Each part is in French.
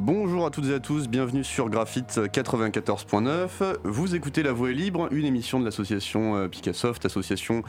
Bonjour à toutes et à tous, bienvenue sur Graphite 94.9. Vous écoutez La Voix est libre, une émission de l'association Picassoft, association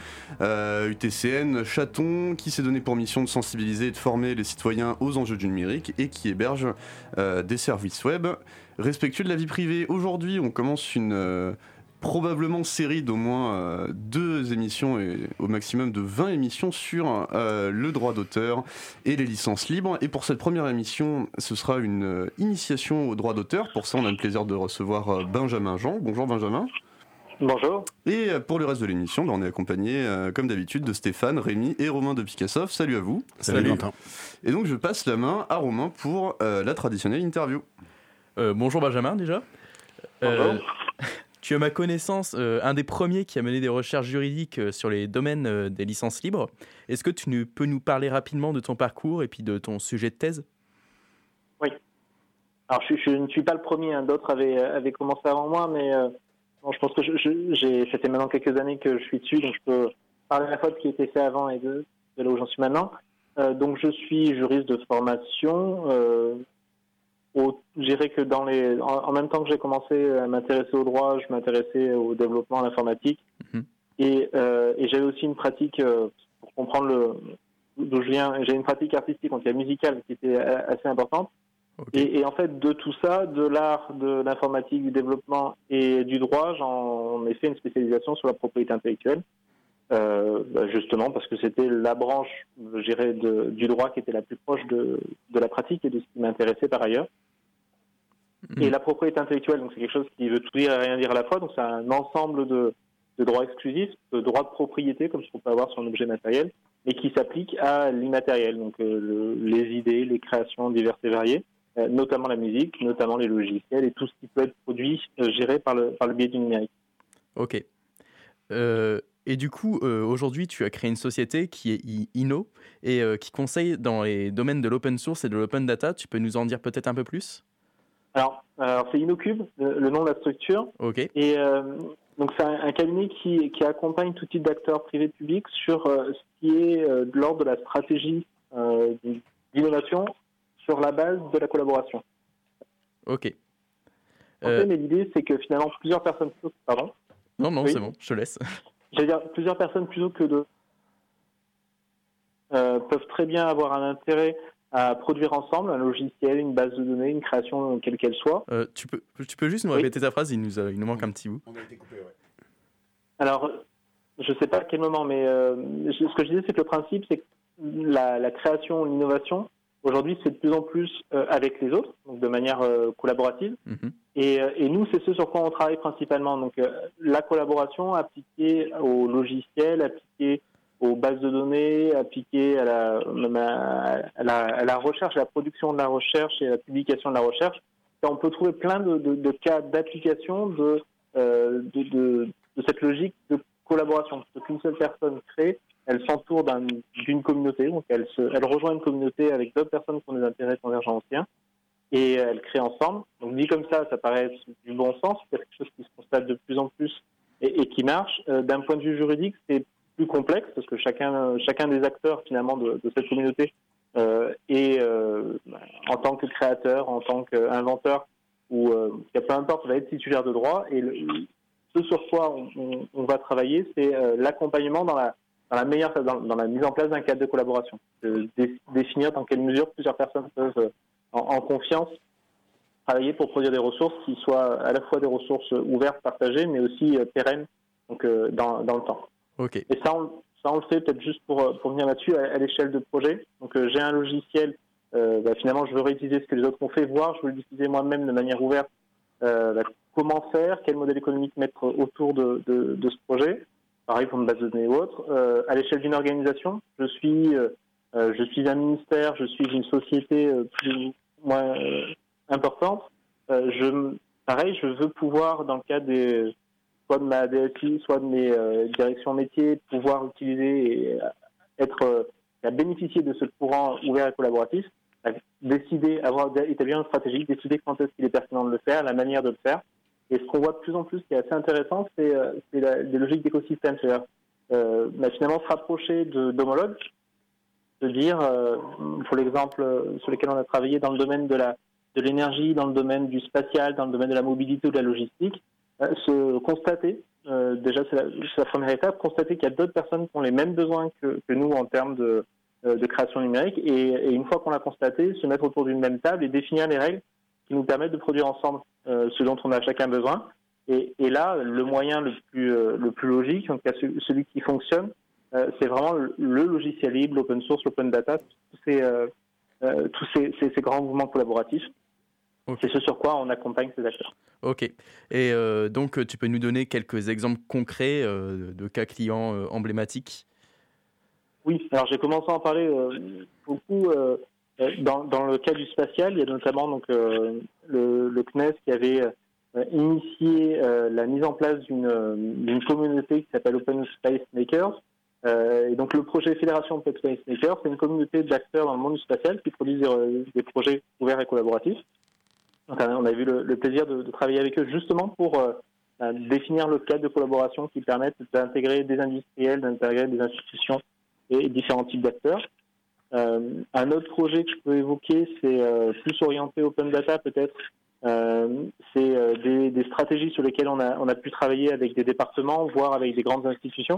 UTCN Chaton, qui s'est donné pour mission de sensibiliser et de former les citoyens aux enjeux du numérique et qui héberge des services web respectueux de la vie privée. Aujourd'hui, on commence une probablement série d'au moins 2 émissions et au maximum de 20 émissions sur le droit d'auteur et les licences libres. Et pour cette première émission, ce sera une initiation au droit d'auteur. Pour ça, on a le plaisir de recevoir Benjamin Jean. Bonjour Benjamin. Bonjour. Et pour le reste de l'émission, on est accompagné, comme d'habitude, de Stéphane, Rémi et Romain de Picassoft. Salut à vous. Salut Quentin. Et donc, je passe la main à Romain pour la traditionnelle interview. Bonjour Benjamin déjà. Bonjour. Tu es à ma connaissance un des premiers qui a mené des recherches juridiques sur les domaines des licences libres. Est-ce que tu peux nous parler rapidement de ton parcours et puis de ton sujet de thèse ? Oui. Alors je ne suis pas le premier, d'autres avaient commencé avant moi, mais bon, je pense que ça fait maintenant quelques années que je suis dessus, donc je peux parler à la fois de ce qui a été fait avant et de là où j'en suis maintenant. Donc je suis juriste de formation. Je dirais que en même temps que j'ai commencé à m'intéresser au droit, je m'intéressais au développement, à l'informatique. Et j'avais aussi une pratique, pour comprendre d'où je viens, j'ai une pratique artistique, donc musicale, qui était assez importante. Okay. Et en fait, de tout ça, de l'art, de l'informatique, du développement et du droit, j'en ai fait une spécialisation sur la propriété intellectuelle. Justement parce que c'était la branche, je dirais, du droit qui était la plus proche de la pratique et de ce qui m'intéressait par ailleurs. Et la propriété intellectuelle, donc c'est quelque chose qui veut tout dire et rien dire à la fois, donc c'est un ensemble de droits exclusifs, de droits de propriété, comme ce qu'on peut avoir sur un objet matériel, mais qui s'applique à l'immatériel, donc les idées, les créations diverses et variées, notamment la musique, notamment les logiciels et tout ce qui peut être produit, géré par le biais du numérique. Ok. Et du coup, aujourd'hui, tu as créé une société qui est Inno et qui conseille dans les domaines de l'open source et de l'open data. Tu peux nous en dire peut-être un peu plus ? Alors c'est InnoCube, le nom de la structure. Ok. Et donc c'est un cabinet qui accompagne tout type d'acteurs privés et publics sur ce qui est de l'ordre de la stratégie d'innovation sur la base de la collaboration. Ok. Mais l'idée, c'est que finalement plusieurs personnes... Pardon ? Non, oui. C'est bon, je te laisse. J'allais dire, plusieurs personnes plutôt que deux peuvent très bien avoir un intérêt à produire ensemble un logiciel, une base de données, une création quelle qu'elle soit. Tu peux juste nous répéter ta phrase, il nous manque un petit bout. On a été coupé, ouais. Alors, je ne sais pas à quel moment, mais ce que je disais, c'est que le principe, c'est que la création, l'innovation, aujourd'hui, c'est de plus en plus avec les autres, donc de manière collaborative. Et nous, c'est ce sur quoi on travaille principalement. Donc, la collaboration appliquée au logiciel, appliquée aux bases de données, appliquées à la recherche, à la production de la recherche et à la publication de la recherche. Et on peut trouver plein de cas d'application de cette logique de collaboration. Ce qu'une seule personne crée, elle s'entoure d'une communauté, donc elle rejoint une communauté avec d'autres personnes qui ont des intérêts convergents aux siens, et elle crée ensemble. Donc dit comme ça paraît du bon sens, c'est quelque chose qui se constate de plus en plus et qui marche. D'un point de vue juridique, c'est plus complexe parce que chacun des acteurs finalement de cette communauté est en tant que créateur, en tant qu'inventeur ou peu importe, va être titulaire de droit. Et ce sur quoi on va travailler, c'est l'accompagnement dans la mise en place d'un cadre de collaboration, définir dans quelle mesure plusieurs personnes peuvent en confiance travailler pour produire des ressources qui soient à la fois des ressources ouvertes, partagées, mais aussi pérennes, donc dans le temps. Okay. Et ça, on le fait peut-être juste pour venir là-dessus à l'échelle de projet. Donc j'ai un logiciel, finalement je veux réutiliser ce que les autres ont fait, voire je veux l'utiliser moi-même de manière ouverte. Comment faire, quel modèle économique mettre autour de ce projet, pareil pour une base de données ou autre. À l'échelle d'une organisation, je suis un ministère, je suis une société plus ou moins importante. Je veux pouvoir, dans le cadre soit de ma DSI, soit de mes directions métiers, pouvoir utiliser et à bénéficier de ce courant ouvert et collaboratif, établir une stratégie, décider quand est-ce qu'il est pertinent de le faire, la manière de le faire. Et ce qu'on voit de plus en plus, qui est assez intéressant, c'est des logiques d'écosystème. C'est-à-dire finalement se rapprocher d'homologues, de dire, pour l'exemple sur lequel on a travaillé dans le domaine de la de l'énergie, dans le domaine du spatial, dans le domaine de la mobilité ou de la logistique, se constater, déjà c'est la première étape, constater qu'il y a d'autres personnes qui ont les mêmes besoins que nous en termes de création numérique, et une fois qu'on l'a constaté, se mettre autour d'une même table et définir les règles qui nous permettent de produire ensemble ce dont on a chacun besoin. Et là, le moyen le plus logique, en tout cas celui qui fonctionne, c'est vraiment le logiciel libre, l'open source, l'open data, tous ces grands mouvements collaboratifs. Okay. C'est ce sur quoi on accompagne ces acteurs. Ok. Et donc, tu peux nous donner quelques exemples concrets de cas clients emblématiques ? Oui, alors j'ai commencé à en parler beaucoup. Dans le cas du spatial, il y a notamment donc, le CNES qui avait initié la mise en place d'une communauté qui s'appelle Open Space Makers. Et donc le projet Fédération Open Space Makers, c'est une communauté d'acteurs dans le monde du spatial qui produisent des projets ouverts et collaboratifs. Donc, on a eu le plaisir de travailler avec eux justement pour définir le cadre de collaboration qui permette d'intégrer des industriels, d'intégrer des institutions et différents types d'acteurs. Un autre projet que je peux évoquer, c'est plus orienté open data peut-être. C'est des stratégies sur lesquelles on a pu travailler avec des départements, voire avec des grandes institutions.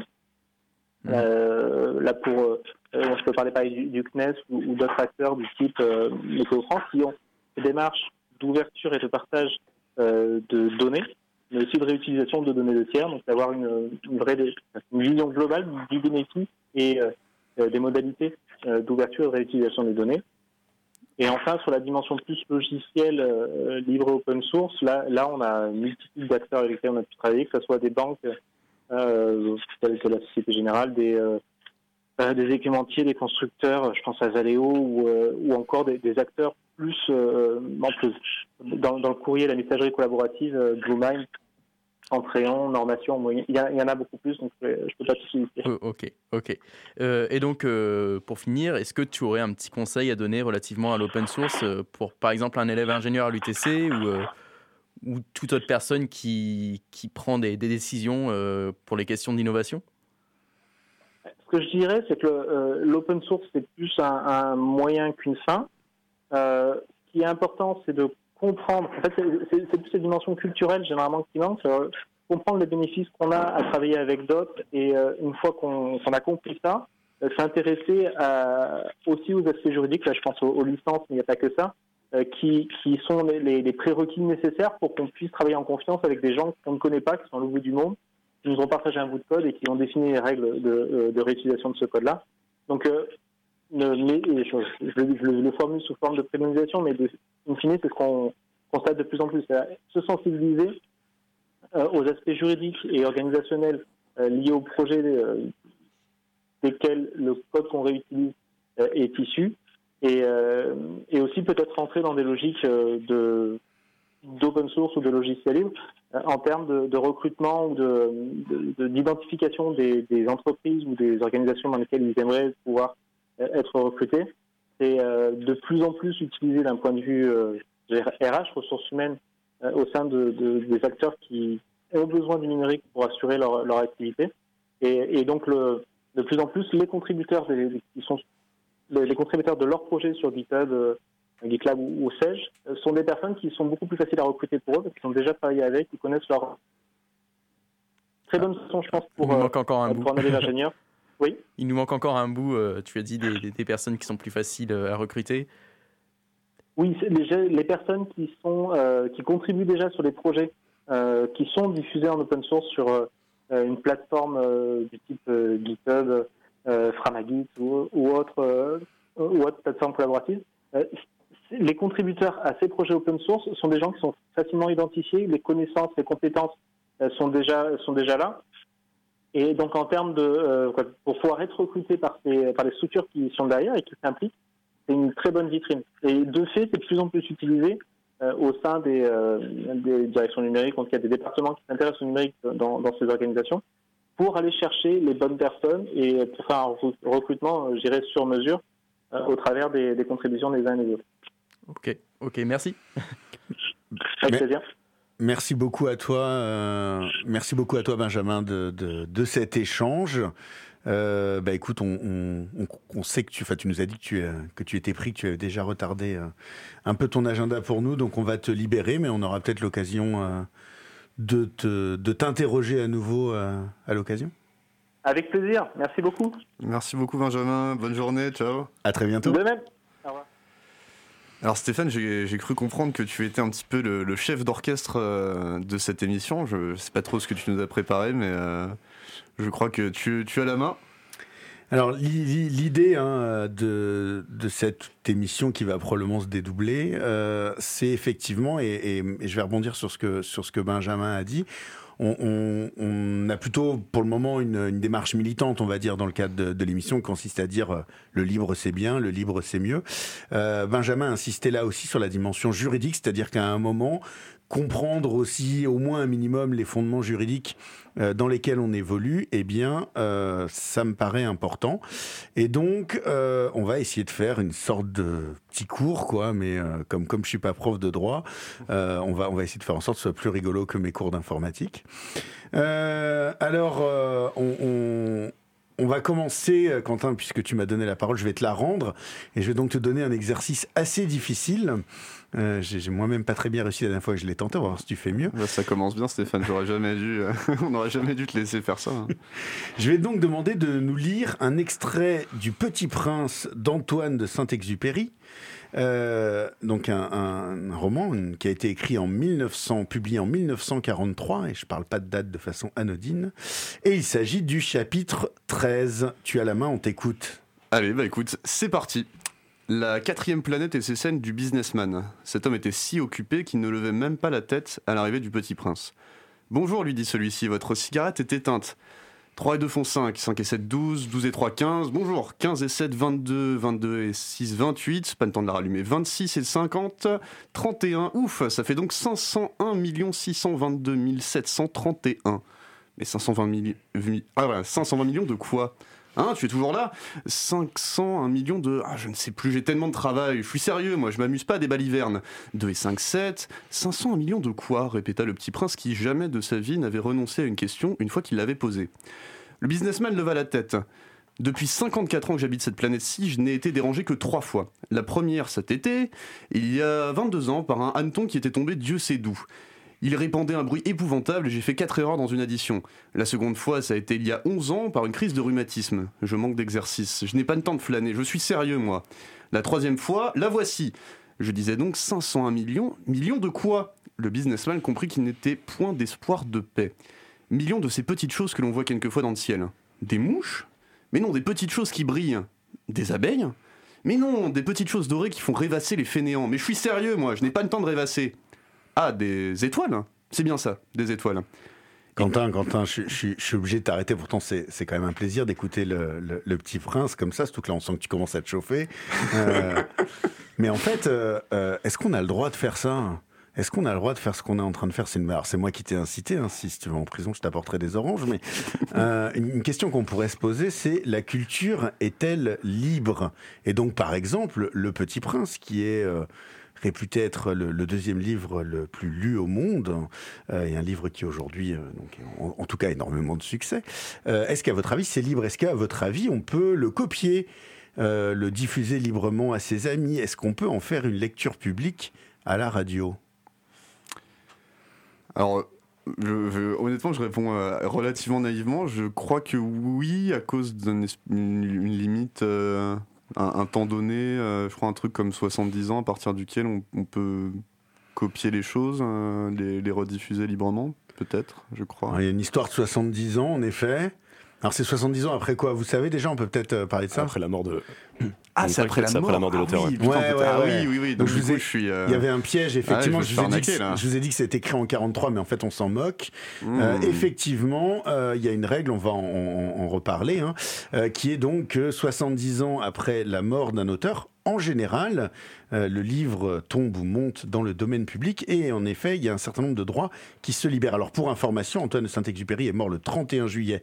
Là, je peux parler du CNES ou d'autres acteurs du type Météo France qui ont des démarches d'ouverture et de partage de données, mais aussi de réutilisation de données de tiers, donc d'avoir une vision globale du bénéfice et des modalités d'ouverture et de réutilisation des données. Et enfin, sur la dimension plus logicielle, libre et open source, là on a une multitude d'acteurs avec lesquels on a pu travailler, que ce soit des banques, telles que la Société Générale, des équipementiers, des constructeurs, je pense à Valeo, ou encore des acteurs plus dans le courrier, la messagerie collaborative, BlueMind, Centréon, Normation, il y en a beaucoup plus, donc je ne peux pas tout citer. Ok. Et donc, pour finir, est-ce que tu aurais un petit conseil à donner relativement à l'open source pour, par exemple, un élève ingénieur à l'UTC ou toute autre personne qui prend des décisions pour les questions d'innovation ? Ce que je dirais, c'est que l'open source, c'est plus un moyen qu'une fin. Ce qui est important, c'est de comprendre. En fait, c'est plus cette dimension culturelle, généralement, qui manque. Comprendre les bénéfices qu'on a à travailler avec d'autres. Et une fois qu'on a compris ça, s'intéresser aussi aux aspects juridiques. Là, je pense aux licences, mais il n'y a pas que ça. Qui sont les prérequis nécessaires pour qu'on puisse travailler en confiance avec des gens qu'on ne connaît pas, qui sont à l'autre bout du monde, qui nous ont partagé un bout de code et qui ont défini les règles de réutilisation de ce code-là. Donc, je le formule sous forme de préconisation, mais in fine, c'est ce qu'on constate de plus en plus. C'est se sensibiliser aux aspects juridiques et organisationnels liés au projet desquels le code qu'on réutilise est issu, et aussi peut-être rentrer dans des logiques d'open source ou de logiciel libre en termes de recrutement ou d'identification des entreprises ou des organisations dans lesquelles ils aimeraient pouvoir être recrutés. C'est de plus en plus utilisé d'un point de vue RH, ressources humaines, au sein des acteurs qui ont besoin du numérique pour assurer leur activité. Et donc, de plus en plus, les contributeurs les contributeurs de leur projet sur GitHub, GitLab ou Sage sont des personnes qui sont beaucoup plus faciles à recruter pour eux, parce qu'ils ont déjà travaillé avec, ils connaissent leur... Très bonne façon, je pense, pour un élève ingénieur. Oui. Il nous manque encore un bout, tu as dit, des personnes qui sont plus faciles à recruter. Oui, les personnes qui contribuent déjà sur des projets qui sont diffusés en open source sur une plateforme du type GitHub, Framagit ou autre plateforme collaborative. Les contributeurs à ces projets open source sont des gens qui sont facilement identifiés, les connaissances, les compétences sont déjà là. Et donc, en termes pour pouvoir être recruté par les structures qui sont derrière et qui s'impliquent, c'est une très bonne vitrine. Et de fait, c'est de plus en plus utilisé au sein des directions numériques, en tout cas des départements qui s'intéressent au numérique dans ces organisations, pour aller chercher les bonnes personnes et pour faire un recrutement, je dirais, sur mesure au travers des contributions des uns et des autres. Ok, merci. Avec plaisir. merci beaucoup à toi, Benjamin, de cet échange. Écoute, on sait que tu nous as dit que tu étais pris, que tu avais déjà retardé un peu ton agenda pour nous, donc on va te libérer, mais on aura peut-être l'occasion de t'interroger à nouveau à l'occasion. Avec plaisir, merci beaucoup. Merci beaucoup Benjamin, bonne journée, ciao. À très bientôt. De même. Au revoir. Alors Stéphane, j'ai cru comprendre que tu étais un petit peu le chef d'orchestre de cette émission. Je ne sais pas trop ce que tu nous as préparé, mais je crois que tu as la main. Alors l'idée de cette émission qui va probablement se dédoubler, c'est effectivement, et je vais rebondir sur ce que Benjamin a dit, on a plutôt pour le moment une démarche militante, on va dire, dans le cadre de l'émission, qui consiste à dire le libre c'est bien, le libre c'est mieux. Benjamin insistait là aussi sur la dimension juridique, c'est-à-dire qu'à un moment, comprendre aussi au moins un minimum les fondements juridiques dans lesquels on évolue, eh bien, ça me paraît important. Et donc, on va essayer de faire une sorte de petit cours, quoi, mais comme je suis pas prof de droit, on va essayer de faire en sorte que ce soit plus rigolo que mes cours d'informatique. On va commencer, Quentin, puisque tu m'as donné la parole, je vais te la rendre, et je vais donc te donner un exercice assez difficile. J'ai moi-même pas très bien réussi la dernière fois que je l'ai tenté, on va voir si tu fais mieux. Ça commence bien Stéphane, on n'aurait jamais dû te laisser faire ça. Hein. Je vais donc demander de nous lire un extrait du Petit Prince d'Antoine de Saint-Exupéry, donc un roman qui a été écrit publié en 1943, et je parle pas de date de façon anodine, et il s'agit du chapitre 13. Tu as la main, on t'écoute. Allez, écoute, c'est parti. La 4e planète et ses scènes du businessman. Cet homme était si occupé qu'il ne levait même pas la tête à l'arrivée du Petit Prince. « Bonjour, lui dit celui-ci, votre cigarette est éteinte. 3 et 2 font 5, 5 et 7, 12, 12 et 3, 15. Bonjour, 15 et 7, 22, 22 et 6, 28. Pas le temps de la rallumer. 26 et 50, 31. Ouf, ça fait donc 501 622 731. Mais 520 millions de quoi ? Hein, tu es toujours là ? 501 millions de... Ah, je ne sais plus, j'ai tellement de travail. Je suis sérieux, moi, je m'amuse pas à des balivernes. 2 et 5, 7... 501 millions de quoi ? Répéta le petit prince qui jamais de sa vie n'avait renoncé à une question une fois qu'il l'avait posée. Le businessman leva la tête. Depuis 54 ans que j'habite cette planète-ci, je n'ai été dérangé que 3 fois. La première cet été, il y a 22 ans, par un hanneton qui était tombé Dieu sait d'où. Il répandait un bruit épouvantable et j'ai fait 4 erreurs dans une addition. La seconde fois, ça a été il y a 11 ans par une crise de rhumatisme. Je manque d'exercice. Je n'ai pas le temps de flâner. Je suis sérieux, moi. La 3e fois, la voici. Je disais donc 501 millions. Millions de quoi ? Le businessman comprit qu'il n'était point d'espoir de paix. Millions de ces petites choses que l'on voit quelquefois dans le ciel. Des mouches ? Mais non, des petites choses qui brillent. Des abeilles ? Mais non, des petites choses dorées qui font rêvasser les fainéants. Mais je suis sérieux, moi. Je n'ai pas le temps de rêvasser. Ah, des étoiles ? C'est bien ça, des étoiles. Quentin, je suis obligé de t'arrêter. Pourtant, c'est quand même un plaisir d'écouter le Petit Prince comme ça. Surtout que là, on sent que tu commences à te chauffer. Mais en fait, est-ce qu'on a le droit de faire ça ? Est-ce qu'on a le droit de faire ce qu'on est en train de faire ? Alors, c'est moi qui t'ai incité. Hein, si tu vas en prison, je t'apporterai des oranges. Mais une question qu'on pourrait se poser, c'est la culture est-elle libre ? Et donc, par exemple, le Petit Prince, qui est... réputé être le 2e livre le plus lu au monde, et un livre qui aujourd'hui, en tout cas, énormément de succès. Est-ce qu'à votre avis, c'est libre ? Est-ce qu'à votre avis, on peut le copier, le diffuser librement à ses amis ? Est-ce qu'on peut en faire une lecture publique à la radio ? Alors, honnêtement, je réponds relativement naïvement. Je crois que oui, à cause d'une limite... Un temps donné, je crois un truc comme 70 ans à partir duquel on peut copier les choses, les rediffuser librement, peut-être, je crois. Alors, il y a une histoire de 70 ans, en effet. Alors c'est 70 ans après quoi ? Vous savez déjà, on peut peut-être parler de ça ? Après la mort de... Ah, c'est après la mort de l'auteur. Oui, oui. Donc il y avait un piège, effectivement. Je vous ai dit que c'était écrit en 43, mais en fait on s'en moque. Effectivement, il y a une règle, on va en reparler, qui est donc que 70 ans après la mort d'un auteur, en général, le livre tombe ou monte dans le domaine public, et en effet, il y a un certain nombre de droits qui se libèrent. Alors pour information, Antoine de Saint-Exupéry est mort le 31 juillet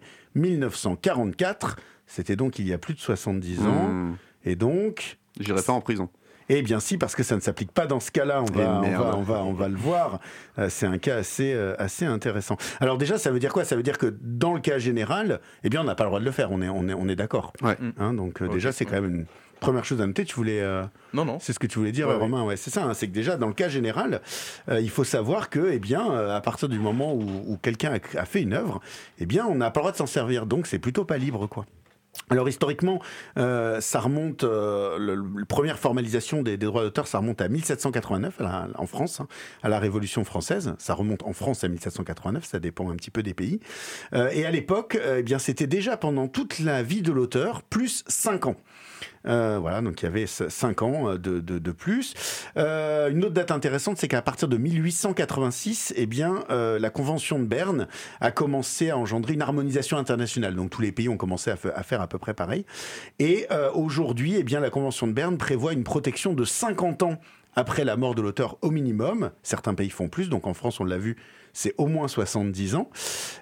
1944, c'était donc il y a plus de 70 ans. Et donc... J'irai pas en prison. Eh bien si, parce que ça ne s'applique pas dans ce cas-là, on va le voir. C'est un cas assez intéressant. Alors déjà, ça veut dire quoi ? Ça veut dire que dans le cas général, eh bien on n'a pas le droit de le faire, on est d'accord. Ouais. Hein, donc déjà, c'est quand même une première chose à noter. Tu voulais... Non. C'est ce que tu voulais dire, Romain. Ouais, c'est ça, hein, c'est que déjà, dans le cas général, il faut savoir que, eh bien, à partir du moment où quelqu'un a fait une œuvre, eh bien, on n'a pas le droit de s'en servir. Donc, c'est plutôt pas libre, quoi. Alors historiquement, ça remonte, la première formalisation des droits d'auteur, ça remonte à 1789 en France, hein, à la Révolution française. Ça remonte en France à 1789, ça dépend un petit peu des pays. Et à l'époque, eh bien, c'était déjà pendant toute la vie de l'auteur, plus 5 ans. Voilà, donc il y avait 5 ans de plus. Une autre date intéressante, c'est qu'à partir de 1886, eh bien, la Convention de Berne a commencé à engendrer une harmonisation internationale. Donc tous les pays ont commencé à faire à peu près pareil. Et aujourd'hui, eh bien, la Convention de Berne prévoit une protection de 50 ans après la mort de l'auteur au minimum. Certains pays font plus, donc en France, on l'a vu, c'est au moins 70 ans.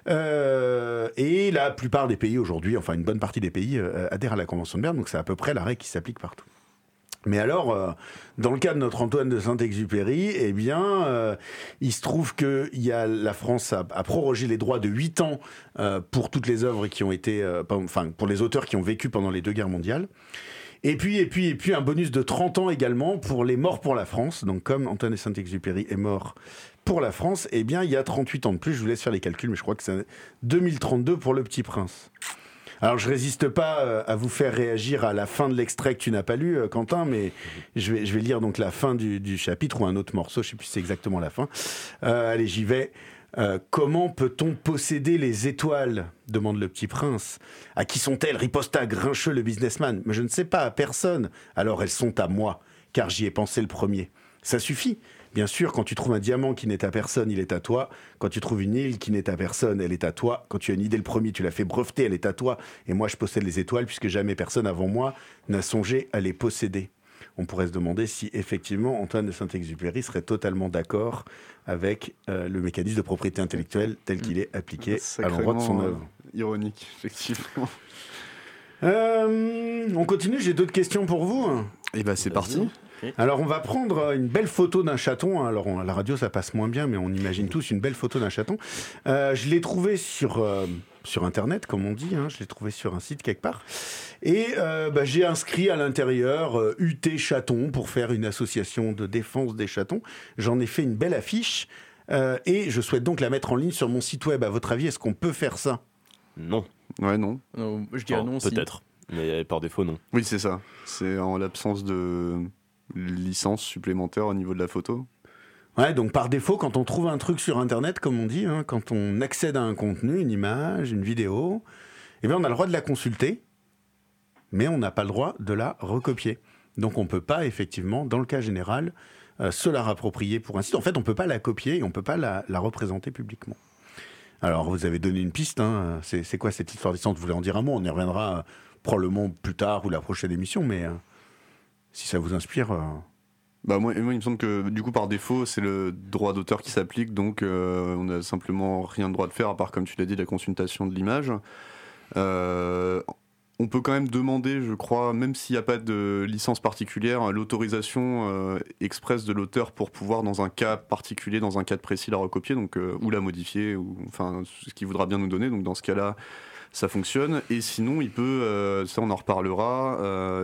Et la plupart des pays aujourd'hui, enfin une bonne partie des pays, adhèrent à la Convention de Berne, donc c'est à peu près la règle qui s'applique partout. Mais alors, dans le cas de notre Antoine de Saint-Exupéry, eh bien, il se trouve que la France a prorogé les droits de 8 ans pour toutes les œuvres qui ont été... pour les auteurs qui ont vécu pendant les 2 guerres mondiales. Et puis un bonus de 30 ans également pour les morts pour la France. Donc comme Antoine de Saint-Exupéry est mort pour la France, eh bien il y a 38 ans de plus. Je vous laisse faire les calculs, mais je crois que c'est 2032 pour Le Petit Prince. Alors je résiste pas à vous faire réagir à la fin de l'extrait que tu n'as pas lu, Quentin, mais je vais lire donc la fin du chapitre ou un autre morceau, je sais plus si c'est exactement la fin. Allez, j'y vais. Comment peut-on posséder les étoiles ? Demande Le Petit Prince. À qui sont-elles ? Riposta Grincheux le businessman. Mais je ne sais pas, à personne. Alors elles sont à moi, car j'y ai pensé le premier. Ça suffit. Bien sûr, quand tu trouves un diamant qui n'est à personne, il est à toi. Quand tu trouves une île qui n'est à personne, elle est à toi. Quand tu as une idée le premier, tu l'as fait breveter, elle est à toi. Et moi, je possède les étoiles, puisque jamais personne avant moi n'a songé à les posséder. On pourrait se demander si effectivement Antoine de Saint-Exupéry serait totalement d'accord avec le mécanisme de propriété intellectuelle tel qu'il est appliqué à l'endroit de son œuvre. Ironique, effectivement. On continue, j'ai d'autres questions pour vous. Et bah c'est parti. Alors on va prendre une belle photo d'un chaton. Alors à la radio ça passe moins bien, mais on imagine tous une belle photo d'un chaton. Je l'ai trouvé sur internet, comme on dit, hein. Je l'ai trouvé sur un site quelque part. Et j'ai inscrit à l'intérieur UT Chaton pour faire une association de défense des chatons. J'en ai fait une belle affiche et je souhaite donc la mettre en ligne sur mon site web. À votre avis, est-ce qu'on peut faire ça ? Non. Ouais, non. Je dirais non aussi. Peut-être, mais par défaut, non. Oui, c'est ça. C'est en l'absence de licence supplémentaire au niveau de la photo. Ouais, donc par défaut, quand on trouve un truc sur Internet, comme on dit, hein, quand on accède à un contenu, une image, une vidéo, eh bien on a le droit de la consulter, mais on n'a pas le droit de la recopier. Donc on ne peut pas, effectivement, dans le cas général, se la rapproprier pour un site. En fait, on ne peut pas la copier et on ne peut pas la représenter publiquement. Alors, vous avez donné une piste. Hein. C'est quoi cette histoire d'essence ? Vous voulez en dire un mot ? On y reviendra probablement plus tard ou la prochaine émission, mais si ça vous inspire... Moi, il me semble que du coup, par défaut, c'est le droit d'auteur qui s'applique, donc on n'a simplement rien de droit de faire, à part, comme tu l'as dit, la consultation de l'image. On peut quand même demander, je crois, même s'il n'y a pas de licence particulière, l'autorisation expresse de l'auteur pour pouvoir, dans un cas particulier, dans un cas précis, la recopier, donc, ou la modifier, ou enfin ce qu'il voudra bien nous donner. Donc dans ce cas-là, ça fonctionne. Et sinon, il peut, ça on en reparlera,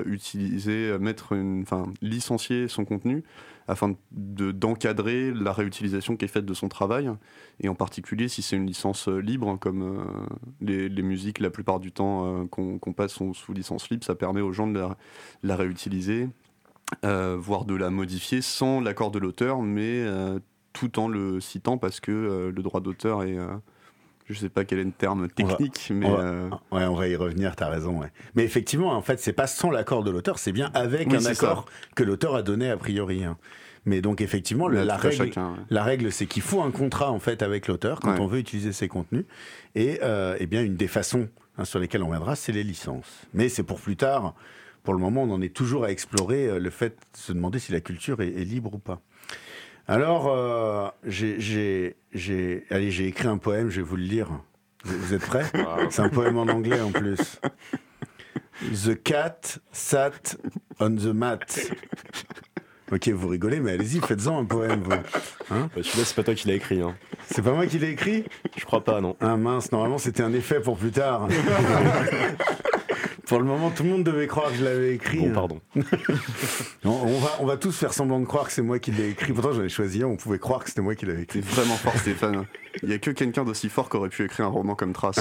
licencier son contenu afin d'encadrer la réutilisation qui est faite de son travail, et en particulier si c'est une licence libre, comme les musiques la plupart du temps qu'on passe sont sous licence libre, ça permet aux gens de la réutiliser, voire de la modifier sans l'accord de l'auteur, mais tout en le citant, parce que le droit d'auteur est... je sais pas quel est le terme technique, on va y revenir, t'as raison. Ouais. Mais effectivement, en fait, c'est pas sans l'accord de l'auteur, c'est bien avec un accord que l'auteur a donné a priori. Hein. Mais donc effectivement, la règle, c'est qu'il faut un contrat en fait avec l'auteur quand on veut utiliser ses contenus. Et bien une des façons sur lesquelles on reviendra, c'est les licences. Mais c'est pour plus tard. Pour le moment, on en est toujours à explorer le fait de se demander si la culture est libre ou pas. Alors, j'ai écrit un poème, je vais vous le lire. Vous êtes prêts ? C'est un poème en anglais en plus. The cat sat on the mat. Ok, vous rigolez, mais allez-y, faites-en un poème, vous. Hein, Celui-là, c'est pas toi qui l'as écrit. Hein. c'est pas moi qui l'ai écrit? Je crois pas, non. Ah mince, normalement c'était un effet pour plus tard. Pour le moment, tout le monde devait croire que je l'avais écrit. Bon, pardon. On va tous faire semblant de croire que c'est moi qui l'ai écrit. Pourtant, j'en ai choisi un, on pouvait croire que c'était moi qui l'avais T'es écrit. vraiment fort, Stéphane. Il y a que quelqu'un d'aussi fort qui aurait pu écrire un roman comme Trace.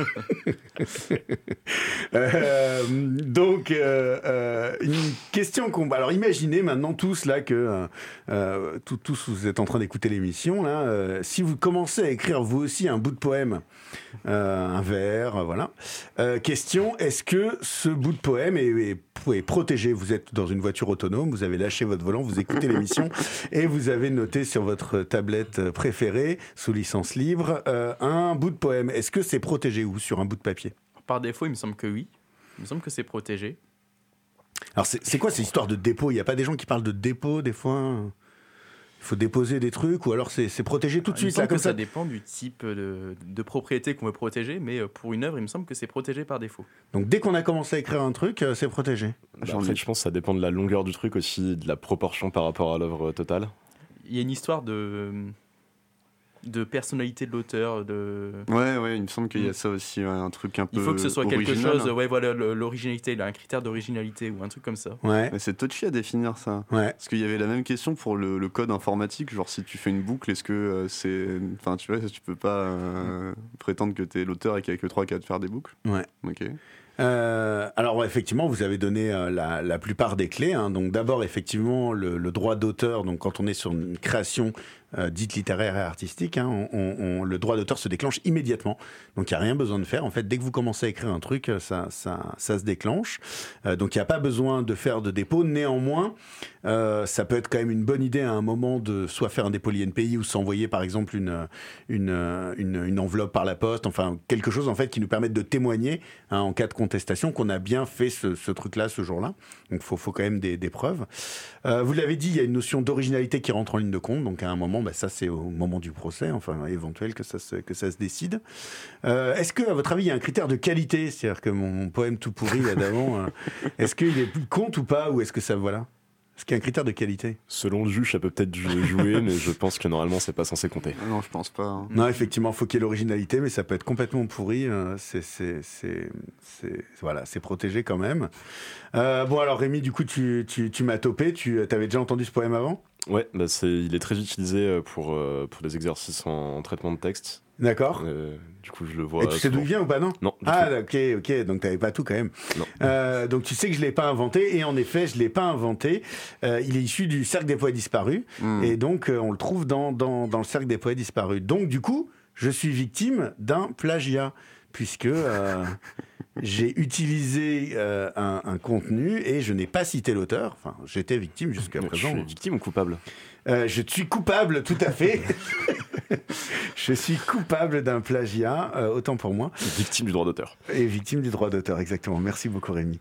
Donc, une question qu'on... Alors, imaginez maintenant tous là que... tous vous êtes en train d'écouter l'émission. Là, si vous commencez à écrire vous aussi un bout de poème, un vers, voilà. Question, est-ce que ce bout de poème est protégé? Vous êtes dans une voiture autonome, vous avez lâché votre volant, vous écoutez l'émission et vous avez noté sur votre tablette préférée, sous licence libre, un bout de poème. Est-ce que c'est protégé ou sur un bout de papier? Par défaut, il me semble que oui. Il me semble que c'est protégé. Alors, c'est quoi cette histoire de dépôt? Il n'y a pas des gens qui parlent de dépôt, des fois? Il faut déposer des trucs, ou alors c'est protégé tout de Il me suite, là, semble comme que ça dépend du type de propriété qu'on veut protéger, mais pour une œuvre, il me semble que c'est protégé par défaut. Donc, dès qu'on a commencé à écrire un truc, c'est protégé. Après, je pense que ça dépend de la longueur du truc aussi, de la proportion par rapport à l'œuvre totale. Il y a une histoire de personnalité de l'auteur. Ouais, il me semble qu'il y a ça aussi, un truc un peu. Il faut que ce soit original. quelque chose, ouais, voilà, l'originalité, il a un critère d'originalité ou un truc comme ça. Ouais. Mais c'est touchy à définir ça. Ouais. Parce qu'il y avait la même question pour le code informatique, genre si tu fais une boucle, est-ce que c'est... Enfin, tu vois, tu peux pas prétendre que t'es l'auteur et qu'il y a que 3 cas de faire des boucles. Ouais. Ok. Alors ouais, effectivement, vous avez donné la plupart des clés. Hein. Donc d'abord, effectivement, le droit d'auteur. Donc quand on est sur une création dite littéraire et artistique, hein, le droit d'auteur se déclenche immédiatement. Donc il n'y a rien besoin de faire. En fait, dès que vous commencez à écrire un truc, ça se déclenche. Donc il n'y a pas besoin de faire de dépôt. Néanmoins, ça peut être quand même une bonne idée à un moment de soit faire un dépôt l'INPI ou s'envoyer par exemple une enveloppe par la poste. Enfin, quelque chose en fait qui nous permette de témoigner en cas de contestation qu'on a bien fait ce truc-là ce jour-là. Donc faut quand même des preuves. Vous l'avez dit, il y a une notion d'originalité qui rentre en ligne de compte. Donc à un moment, ça c'est au moment du procès, enfin éventuel que ça se décide. Est-ce que à votre avis il y a un critère de qualité, c'est-à-dire que mon poème tout pourri là d'avant, est-ce qu'il compte ou pas, ou est-ce que ça voilà? Est-ce qu'il y a un critère de qualité? Selon le juge, ça peut peut-être jouer, mais je pense que normalement, c'est pas censé compter. Non, je pense pas. Hein. Non, effectivement, il faut qu'il y ait l'originalité, mais ça peut être complètement pourri. Voilà, c'est protégé quand même. Bon, alors Rémi, du coup, tu m'as topé. Tu avais déjà entendu ce poème avant? Ouais, il est très utilisé pour des exercices en traitement de texte. D'accord. Du coup, je le vois. Et tu sais d'où il vient ou pas, non? Non. Ah, ok. Donc, t'avais pas tout quand même. Non. Donc, tu sais que je l'ai pas inventé. Et en effet, je l'ai pas inventé. Il est issu du Cercle des Poètes Disparus. Et donc, on le trouve dans le Cercle des Poètes Disparus. Donc, du coup, je suis victime d'un plagiat. Puisque j'ai utilisé un contenu et je n'ai pas cité l'auteur. Enfin, j'étais victime jusqu'à présent. Je suis victime ou coupable? Je suis coupable, tout à fait. Je suis coupable d'un plagiat, autant pour moi. Victime du droit d'auteur. Et victime du droit d'auteur, exactement. Merci beaucoup, Rémi.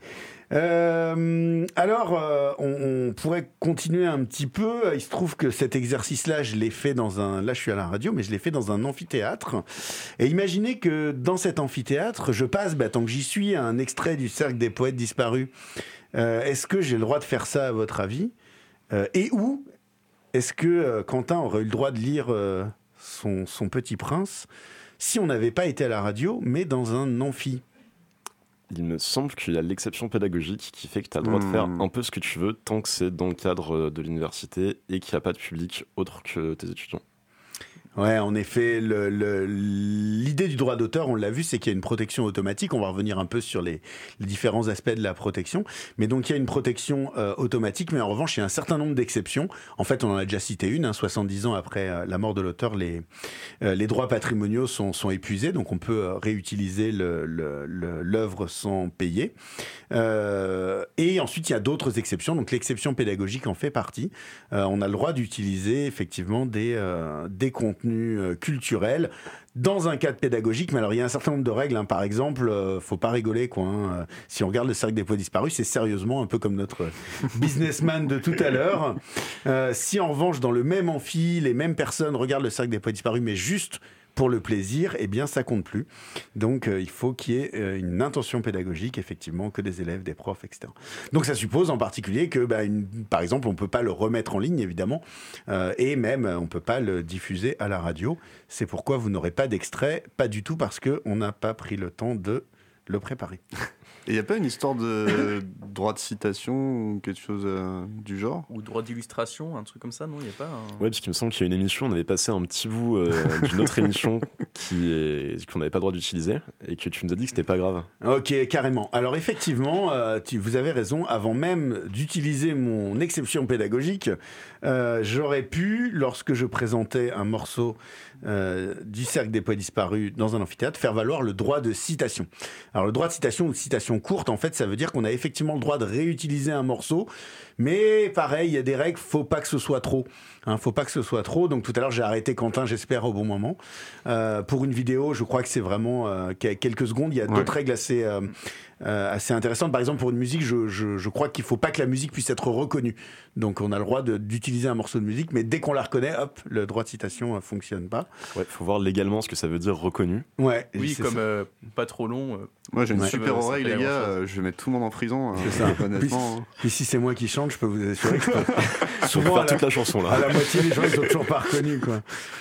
Alors, on pourrait continuer un petit peu. Il se trouve que cet exercice-là, je l'ai fait là je suis à la radio, mais je l'ai fait dans un amphithéâtre. Et imaginez que dans cet amphithéâtre, je passe, tant que j'y suis, un extrait du Cercle des Poètes Disparus. Est-ce que j'ai le droit de faire ça, à votre avis? Et où est-ce que Quentin aurait eu le droit de lire son Petit Prince si on n'avait pas été à la radio, mais dans un amphi? Il me semble qu'il y a l'exception pédagogique qui fait que tu as le droit de faire un peu ce que tu veux tant que c'est dans le cadre de l'université et qu'il n'y a pas de public autre que tes étudiants. Ouais, en effet, l'idée du droit d'auteur, on l'a vu, c'est qu'il y a une protection automatique. On va revenir un peu sur les différents aspects de la protection. Mais donc, il y a une protection automatique, mais en revanche, il y a un certain nombre d'exceptions. En fait, on en a déjà cité une, 70 ans après la mort de l'auteur, les droits patrimoniaux sont épuisés, donc on peut réutiliser l'œuvre sans payer. Et ensuite, il y a d'autres exceptions. Donc, l'exception pédagogique en fait partie. On a le droit d'utiliser effectivement des contenus culturels dans un cadre pédagogique, mais alors il y a un certain nombre de règles, hein. Par exemple, faut pas rigoler quoi. Hein. Si on regarde le Cercle des Poètes Disparus, c'est sérieusement un peu comme notre businessman de tout à l'heure. Si en revanche dans le même amphi, les mêmes personnes regardent le Cercle des Poètes Disparus, mais juste pour le plaisir, eh bien, ça compte plus. Donc, il faut qu'il y ait une intention pédagogique, effectivement, que des élèves, des profs, etc. Donc, ça suppose en particulier que, par exemple, on ne peut pas le remettre en ligne, évidemment, et même, on ne peut pas le diffuser à la radio. C'est pourquoi vous n'aurez pas d'extrait, pas du tout parce qu'on n'a pas pris le temps de le préparer. Et il n'y a pas une histoire de droit de citation ou quelque chose du genre ? Ou droit d'illustration, un truc comme ça, non ? Il n'y a pas Ouais, parce qu'il me semble qu'il y a une émission, on avait passé un petit bout d'une autre émission qu'on n'avait pas le droit d'utiliser et que tu nous as dit que c'était pas grave. Ok, carrément. Alors effectivement, vous avez raison, avant même d'utiliser mon exception pédagogique, j'aurais pu, lorsque je présentais un morceau du Cercle des Poètes Disparus dans un amphithéâtre, faire valoir le droit de citation. Alors le droit de citation ou de citation courte, en fait, ça veut dire qu'on a effectivement le droit de réutiliser un morceau, mais pareil, il y a des règles, faut pas que ce soit trop. Faut pas que ce soit trop. Donc tout à l'heure, j'ai arrêté Quentin, j'espère, au bon moment. Pour une vidéo, je crois que c'est vraiment quelques secondes. Il y a d'autres règles assez intéressantes. Par exemple, pour une musique, je crois qu'il faut pas que la musique puisse être reconnue. Donc on a le droit d'utiliser un morceau de musique, mais dès qu'on la reconnaît, hop, le droit de citation fonctionne pas. Ouais, faut voir légalement ce que ça veut dire reconnu. Ouais. Oui, comme pas trop long. Moi, j'ai une super oreille, les gars. Je vais mettre tout le monde en prison. C'est ça. Honnêtement. Puis si c'est moi qui chante, je peux vous assurer que je peux souvent faire toute la chanson là. À la moitié, les gens ils ont toujours pas reconnu, quoi.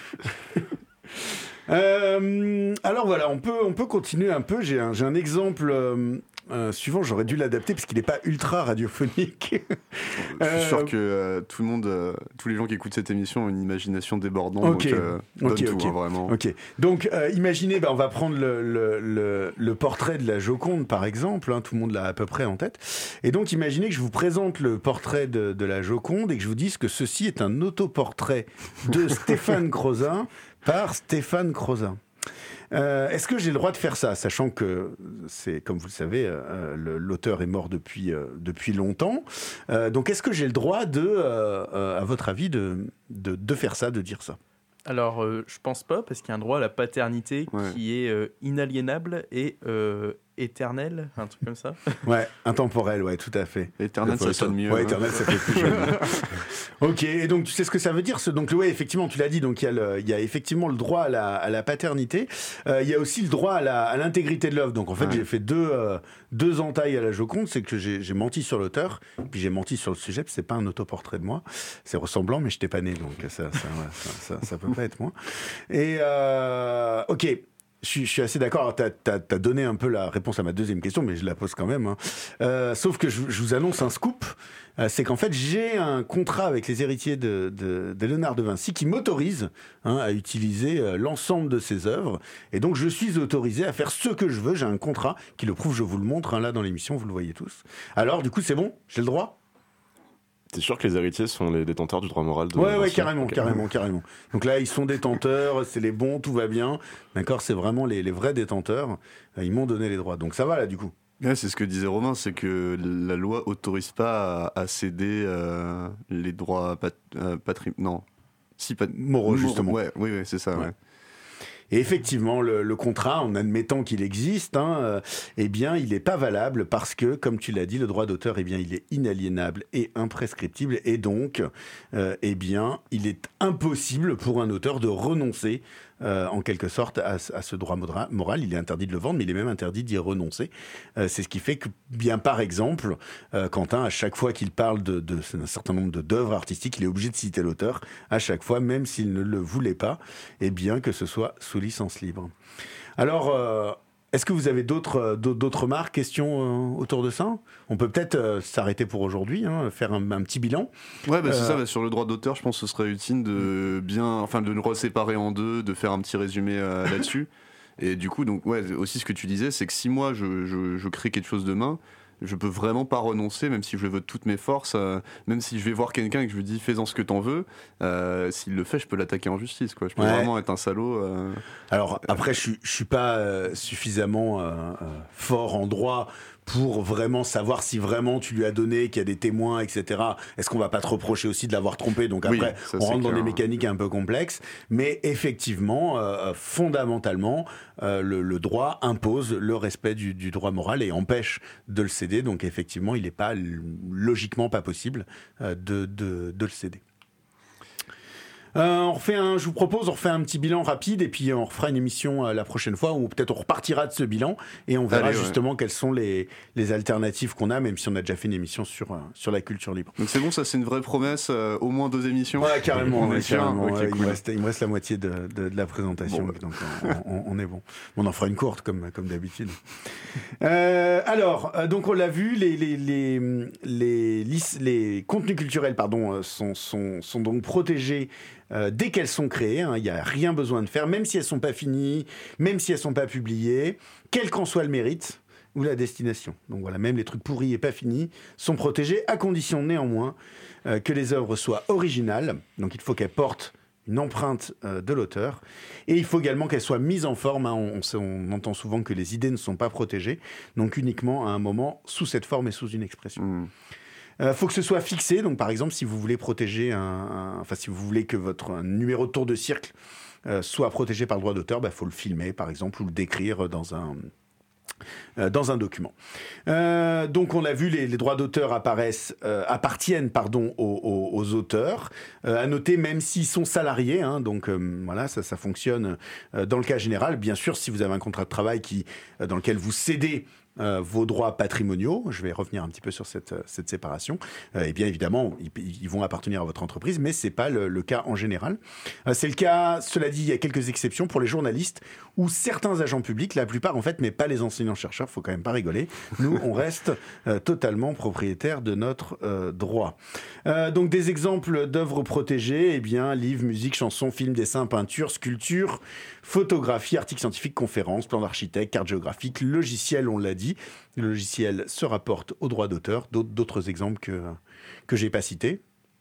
Alors voilà, on peut continuer un peu. J'ai un exemple suivant. J'aurais dû l'adapter parce qu'il n'est pas ultra radiophonique. Je suis sûr que tout le monde, tous les gens qui écoutent cette émission ont une imagination débordante. Donc, donne tout, vraiment. Ok. Donc, imaginez, on va prendre le portrait de la Joconde, par exemple. Tout le monde l'a à peu près en tête. Et donc, imaginez que je vous présente le portrait de la Joconde et que je vous dise que ceci est un autoportrait de Stéphane Crozin par Stéphane Crozin. Est-ce que j'ai le droit de faire ça, sachant que c'est, comme vous le savez, l'auteur est mort depuis longtemps. Donc, est-ce que j'ai le droit à votre avis, de faire ça, de dire ça ? Alors, je pense pas, parce qu'il y a un droit à la paternité qui est inaliénable et éternel, un truc comme ça. Ouais, intemporel, ouais, tout à fait. Éternel, ça sonne mieux. Ouais, éternel, ça fait plus joli. Ok, et donc tu sais ce que ça veut dire donc, ouais, effectivement, tu l'as dit, donc il y a effectivement le droit à la paternité. Il y a aussi le droit à l'intégrité de l'œuvre. Donc en fait, j'ai fait deux entailles à la Joconde, c'est que j'ai menti sur l'auteur, puis j'ai menti sur le sujet, puis c'est pas un autoportrait de moi. C'est ressemblant, mais je n'étais pas né, donc ça peut pas être moi. Et ok. Je suis assez d'accord. Tu as donné un peu la réponse à ma deuxième question, mais je la pose quand même. Sauf que je vous annonce un scoop. C'est qu'en fait, j'ai un contrat avec les héritiers de Léonard de Vinci qui m'autorise à utiliser l'ensemble de ses œuvres. Et donc, je suis autorisé à faire ce que je veux. J'ai un contrat qui le prouve. Je vous le montre là dans l'émission. Vous le voyez tous. Alors, du coup, c'est bon ? J'ai le droit ? T'es sûr que les héritiers sont les détenteurs du droit moral de Ouais, carrément. Donc là, ils sont détenteurs, c'est les bons, tout va bien. D'accord, c'est vraiment les vrais détenteurs. Ils m'ont donné les droits. Donc ça va là, du coup. Ouais, c'est ce que disait Romain, c'est que la loi autorise pas à céder les droits moraux, justement. Oui, c'est ça. Ouais. Et effectivement, le contrat, en admettant qu'il existe, eh bien, il n'est pas valable parce que, comme tu l'as dit, le droit d'auteur, eh bien, il est inaliénable et imprescriptible. Et donc, eh bien, il est impossible pour un auteur de renoncer en quelque sorte à ce droit moral. Il est interdit de le vendre, mais il est même interdit d'y renoncer. C'est ce qui fait que, bien par exemple, Quentin, à chaque fois qu'il parle d'un certain nombre d'œuvres artistiques, il est obligé de citer l'auteur à chaque fois, même s'il ne le voulait pas, et bien que ce soit sous licence libre. Alors, est-ce que vous avez d'autres remarques, questions autour de ça ? On peut peut-être s'arrêter pour aujourd'hui, faire un petit bilan. Ouais, c'est ça. Sur le droit d'auteur, je pense que ce serait utile de le séparer en deux, de faire un petit résumé là-dessus. Et du coup, donc aussi ce que tu disais, c'est que si moi je crée quelque chose demain, je peux vraiment pas renoncer, même si je le veux de toutes mes forces, même si je vais voir quelqu'un et que je lui dis fais-en ce que t'en veux, s'il le fait, je peux l'attaquer en justice, quoi. Je peux vraiment être un salaud. Alors après, je suis pas suffisamment fort en droit pour vraiment savoir si vraiment tu lui as donné, qu'il y a des témoins, etc. Est-ce qu'on va pas te reprocher aussi de l'avoir trompé ? Donc après, on rentre dans des mécaniques un peu complexes. Mais effectivement, fondamentalement, le droit impose le respect du droit moral et empêche de le céder. Donc effectivement, il n'est pas logiquement pas possible de le céder. Je vous propose, on refait un petit bilan rapide et puis on refera une émission la prochaine fois où peut-être on repartira de ce bilan et on verra justement quelles sont les alternatives qu'on a, même si on a déjà fait une émission sur la culture libre. Donc c'est bon, ça c'est une vraie promesse, au moins 2 émissions. Ouais, carrément. Carrément. Okay, cool. Il me reste la moitié de la présentation, donc on est bon. On en fera une courte comme d'habitude. Alors, donc on l'a vu, les contenus culturels, sont donc protégés. Dès qu'elles sont créées, il n'y a rien besoin de faire, même si elles ne sont pas finies, même si elles ne sont pas publiées, quel qu'en soit le mérite ou la destination. Donc voilà, même les trucs pourris et pas finis sont protégés, à condition néanmoins que les œuvres soient originales. Donc il faut qu'elles portent une empreinte de l'auteur, et il faut également qu'elles soient mises en forme. On entend souvent que les idées ne sont pas protégées, donc uniquement à un moment sous cette forme et sous une expression. Faut que ce soit fixé, donc par exemple si vous voulez protéger si vous voulez que votre numéro de tour de cirque soit protégé par le droit d'auteur, faut le filmer par exemple ou le décrire dans un document. Donc on a vu les droits d'auteur appartiennent aux auteurs. À noter, même s'ils sont salariés, donc voilà, ça fonctionne dans le cas général. Bien sûr, si vous avez un contrat de travail dans lequel vous cédez vos droits patrimoniaux, je vais revenir un petit peu sur cette séparation, et bien évidemment ils vont appartenir à votre entreprise, mais c'est pas le cas en général. C'est le cas, cela dit, il y a quelques exceptions pour les journalistes ou certains agents publics, la plupart en fait, mais pas les enseignants-chercheurs, faut quand même pas rigoler. Nous on reste totalement propriétaires de notre droit. Donc des exemples d'œuvres protégées, livres, musique, chansons, films, dessins, peintures, sculptures, photographies, articles scientifiques, conférences, plans d'architecte, cartes géographiques, logiciels, on l'a dit. Le logiciel se rapporte aux droits d'auteur. D'autres exemples que j'ai pas cités.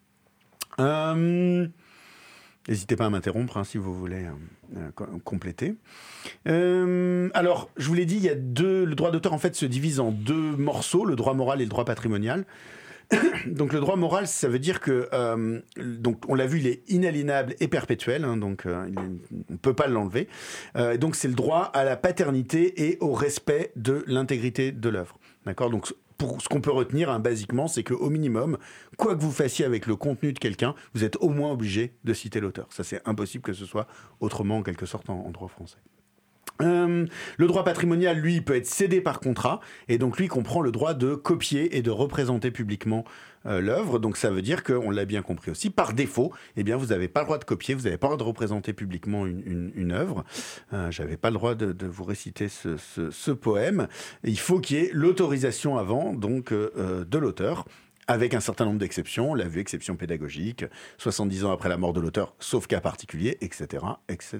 N'hésitez pas à m'interrompre si vous voulez compléter. Alors, je vous l'ai dit, le droit d'auteur en fait se divise en 2 morceaux, le droit moral et le droit patrimonial. Donc le droit moral, ça veut dire que, donc on l'a vu, il est inaliénable et perpétuel, donc on ne peut pas l'enlever. Donc c'est le droit à la paternité et au respect de l'intégrité de l'œuvre. D'accord ? Donc pour ce qu'on peut retenir, basiquement, c'est qu'au minimum, quoi que vous fassiez avec le contenu de quelqu'un, vous êtes au moins obligé de citer l'auteur. Ça, c'est impossible que ce soit autrement, en quelque sorte, en droit français. Le droit patrimonial, lui, peut être cédé par contrat, et donc lui comprend le droit de copier et de représenter publiquement l'œuvre. Donc ça veut dire qu'on l'a bien compris aussi, par défaut, vous n'avez pas le droit de copier, vous n'avez pas le droit de représenter publiquement une œuvre. J'avais pas le droit de vous réciter ce poème. Il faut qu'il y ait l'autorisation avant, donc de l'auteur, avec un certain nombre d'exceptions. On l'a vu, exception pédagogique, 70 ans après la mort de l'auteur, sauf cas particulier, etc., etc.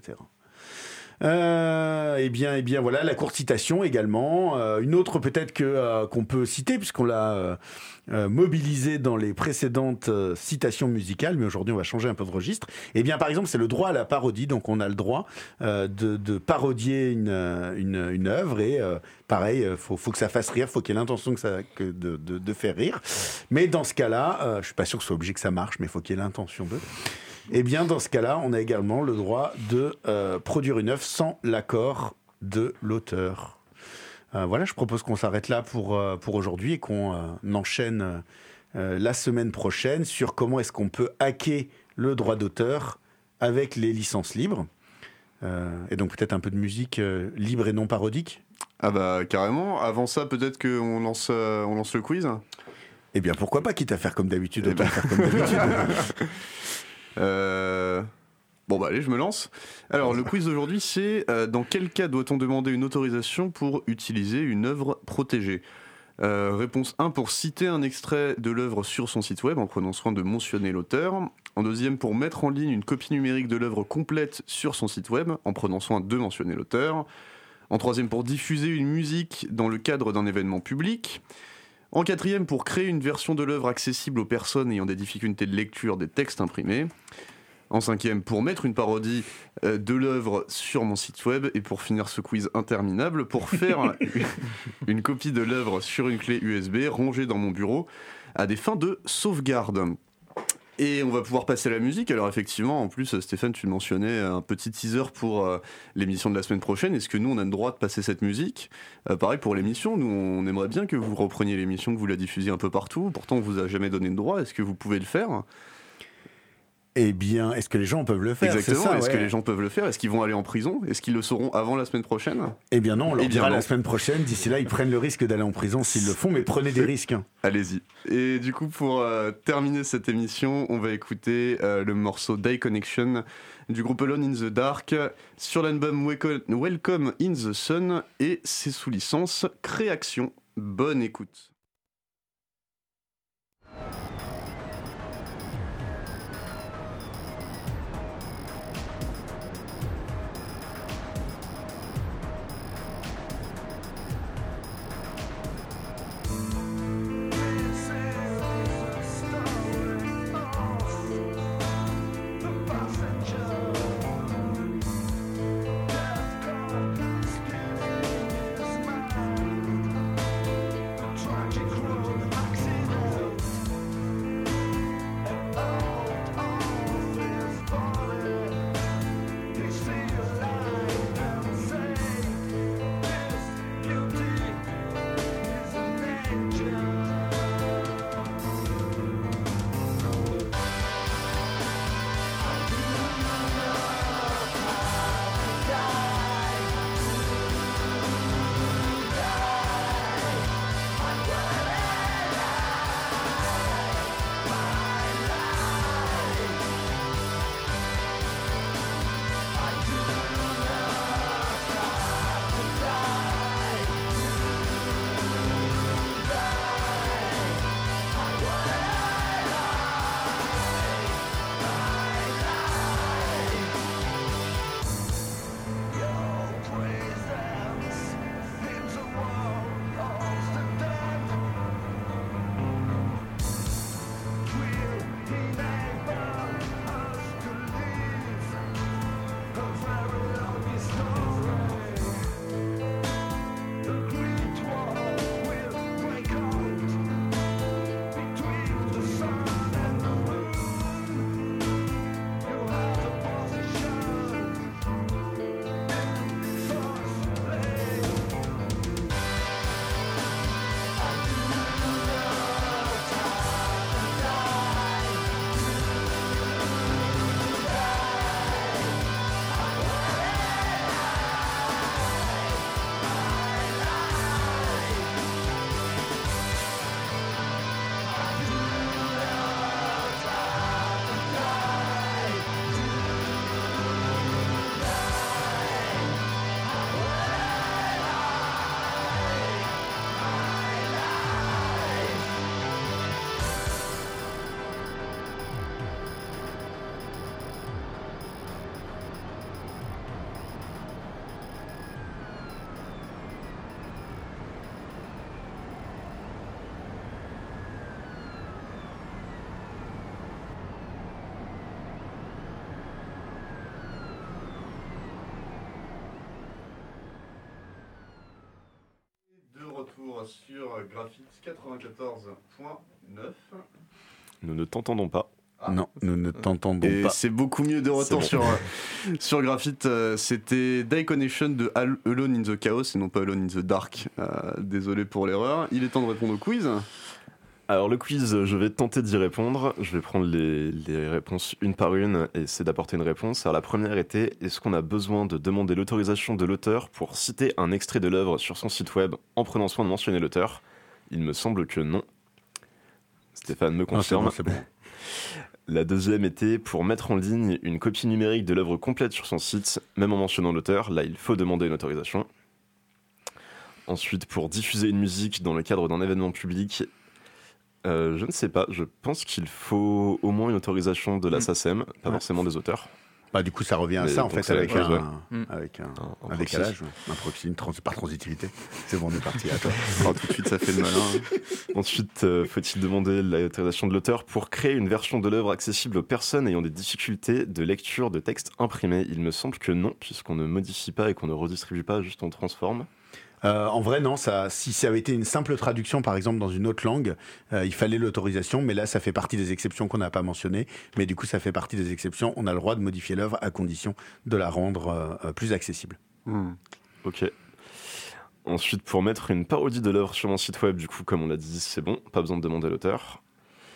Voilà, la courte citation également. Une autre peut-être qu'on peut citer, puisqu'on l'a mobilisé dans les précédentes citations musicales, mais aujourd'hui on va changer un peu de registre. Par exemple, c'est le droit à la parodie. Donc on a le droit de parodier une œuvre, et pareil, faut que ça fasse rire, faut qu'il y ait l'intention de faire rire. Mais dans ce cas-là, je suis pas sûr que ce soit obligé que ça marche, mais il faut qu'il y ait l'intention de... dans ce cas-là, on a également le droit de produire une œuvre sans l'accord de l'auteur. Voilà, je propose qu'on s'arrête là pour aujourd'hui et qu'on enchaîne la semaine prochaine sur comment est-ce qu'on peut hacker le droit d'auteur avec les licences libres. Et donc peut-être un peu de musique libre et non parodique. Ah bah carrément. Avant ça, peut-être qu'on lance le quiz. Eh bien pourquoi pas, quitte à faire comme d'habitude, autant faire comme d'habitude. Allez, je me lance. Alors, le quiz d'aujourd'hui, c'est dans quel cas doit-on demander une autorisation pour utiliser une œuvre protégée ? Réponse 1, pour citer un extrait de l'œuvre sur son site web en prenant soin de mentionner l'auteur. En deuxième, pour mettre en ligne une copie numérique de l'œuvre complète sur son site web en prenant soin de mentionner l'auteur. En troisième, pour diffuser une musique dans le cadre d'un événement public. En quatrième, pour créer une version de l'œuvre accessible aux personnes ayant des difficultés de lecture des textes imprimés. En cinquième, pour mettre une parodie de l'œuvre sur mon site web. Et pour finir ce quiz interminable, pour faire une copie de l'œuvre sur une clé USB rangée dans mon bureau à des fins de sauvegarde. Et on va pouvoir passer à la musique. Alors effectivement, en plus, Stéphane, tu mentionnais un petit teaser pour l'émission de la semaine prochaine. Est-ce que nous, on a le droit de passer cette musique ? Pareil pour l'émission, nous, on aimerait bien que vous repreniez l'émission, que vous la diffusiez un peu partout. Pourtant, on vous a jamais donné de droit. Est-ce que vous pouvez le faire ? Eh bien, est-ce que les gens peuvent le faire? Exactement, c'est ça, est-ce ouais. que les gens peuvent le faire? Est-ce qu'ils vont aller en prison? Est-ce qu'ils le sauront avant la semaine prochaine? Eh bien non, on leur Eh bien dira non. la semaine prochaine. D'ici là, ils prennent le risque d'aller en prison s'ils le font, mais prenez des risques. Hein. Allez-y. Et du coup, pour terminer cette émission, on va écouter le morceau Die Connection du groupe Alone in the Dark sur l'album Welcome in the Sun, et c'est sous licence Création. Bonne écoute. Retour sur Graphite 94.9. Nous ne t'entendons pas. Ah. Non, nous ne t'entendons Et pas. c'est beaucoup mieux de retour sur Graphite. C'était Die Connection de Alone in the Chaos et non pas Alone in the Dark. Désolé pour l'erreur. Il est temps de répondre au quiz. Alors le quiz, je vais tenter d'y répondre. Je vais prendre les réponses une par une et essayer d'apporter une réponse. Alors la première était: est-ce qu'on a besoin de demander l'autorisation de l'auteur pour citer un extrait de l'œuvre sur son site web en prenant soin de mentionner l'auteur? Il me semble que non. Stéphane me confirme. C'est bon. La deuxième était: pour mettre en ligne une copie numérique de l'œuvre complète sur son site, même en mentionnant l'auteur, là il faut demander une autorisation. Ensuite, pour diffuser une musique dans le cadre d'un événement public, je ne sais pas, je pense qu'il faut au moins une autorisation de la SACEM, pas forcément des auteurs. Bah, du coup, ça revient à Mais ça, en donc fait, avec ouais. un décalage, un proxy, par transitivité. C'est bon, on est parti, à toi. Oh, tout de suite, ça fait le malin. Ensuite, faut-il demander l'autorisation de l'auteur pour créer une version de l'œuvre accessible aux personnes ayant des difficultés de lecture de texte imprimé? Il me semble que non, puisqu'on ne modifie pas et qu'on ne redistribue pas, juste on transforme. En vrai, non. Si ça avait été une simple traduction, par exemple, dans une autre langue, il fallait l'autorisation. Mais là, ça fait partie des exceptions qu'on n'a pas mentionnées. Mais du coup, ça fait partie des exceptions. On a le droit de modifier l'œuvre à condition de la rendre plus accessible. Ok. Ensuite, pour mettre une parodie de l'œuvre sur mon site web, du coup, comme on l'a dit, c'est bon. Pas besoin de demander à l'auteur.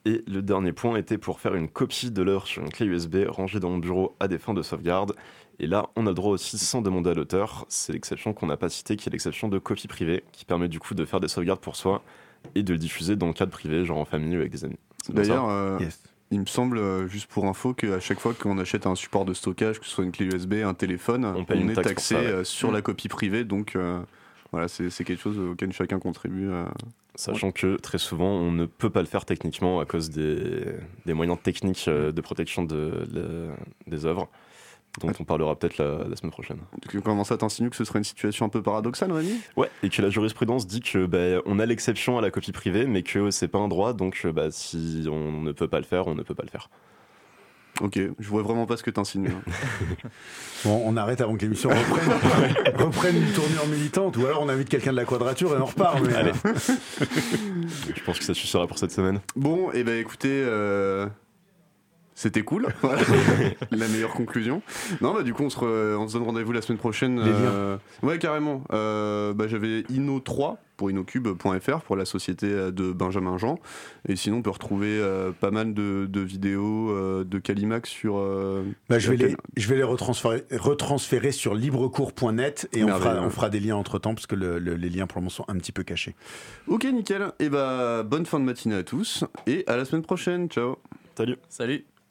Et le dernier point était pour faire une copie de l'œuvre sur une clé USB rangée dans mon bureau à des fins de sauvegarde. Et là, on a le droit aussi sans demander à l'auteur. C'est l'exception qu'on n'a pas citée, qui est l'exception de copie privée, qui permet du coup de faire des sauvegardes pour soi et de le diffuser dans le cadre privé, genre en famille ou avec des amis. D'ailleurs, il me semble, juste pour info, qu'à chaque fois qu'on achète un support de stockage, que ce soit une clé USB, un téléphone, on est taxé sur la copie privée. Donc voilà, c'est quelque chose auquel chacun contribue. Sachant que très souvent, on ne peut pas le faire techniquement à cause des moyens techniques de protection des œuvres, dont on parlera peut-être la semaine prochaine. Comment ça t'insinue que ce serait une situation un peu paradoxale, Rémi ? Ouais, et que la jurisprudence dit que on a l'exception à la copie privée, mais que c'est pas un droit, donc si on ne peut pas le faire, on ne peut pas le faire. Ok, je vois vraiment pas ce que t'insinues. Bon, on arrête avant que l'émission reprenne une tournure militante, ou alors on invite quelqu'un de la Quadrature et on repart. Mais allez. Je pense que ça suffira pour cette semaine. Bon, et écoutez, c'était cool. Voilà. La meilleure conclusion. Non, du coup, on se donne rendez-vous la semaine prochaine. Les liens. Ouais, carrément. J'avais Inno3 pour innocube.fr pour la société de Benjamin Jean. Et sinon, on peut retrouver pas mal de vidéos de Calimax sur. Je vais les retransférer sur librecours.net et on fera des liens entre temps parce que les liens pour le moment sont un petit peu cachés. Ok, nickel. Et bonne fin de matinée à tous et à la semaine prochaine. Ciao. Salut. Salut.